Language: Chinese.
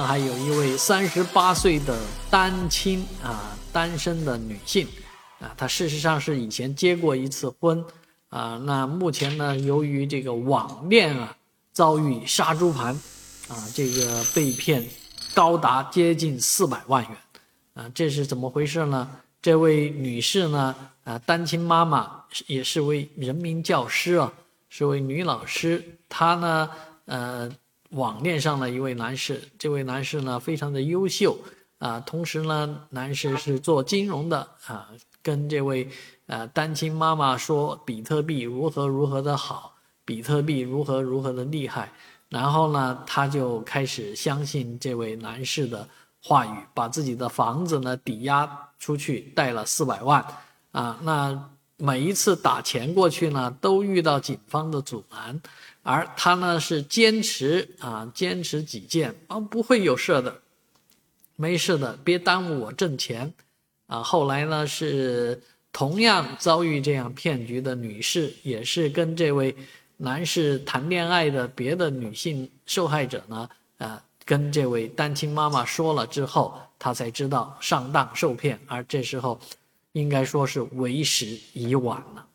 还有一位38岁的单身的女性她事实上是以前结过一次婚那目前呢，由于这个网恋遭遇杀猪盘这个被骗高达接近400万元这是怎么回事呢？这位女士呢单亲妈妈，也是位人民教师是位女老师。她呢网恋上了一位男士，这位男士呢非常的优秀同时呢男士是做金融的跟这位单亲妈妈说比特币如何如何的好，比特币如何如何的厉害，然后呢他就开始相信这位男士的话语，把自己的房子呢抵押出去贷了400万那每一次打钱过去呢都遇到警方的阻拦，而他呢是坚持己见不会有事的，没事的，别耽误我挣钱后来呢是同样遭遇这样骗局的女士，也是跟这位男士谈恋爱的别的女性受害者呢跟这位单亲妈妈说了之后，她才知道上当受骗，而这时候应该说是为时已晚了。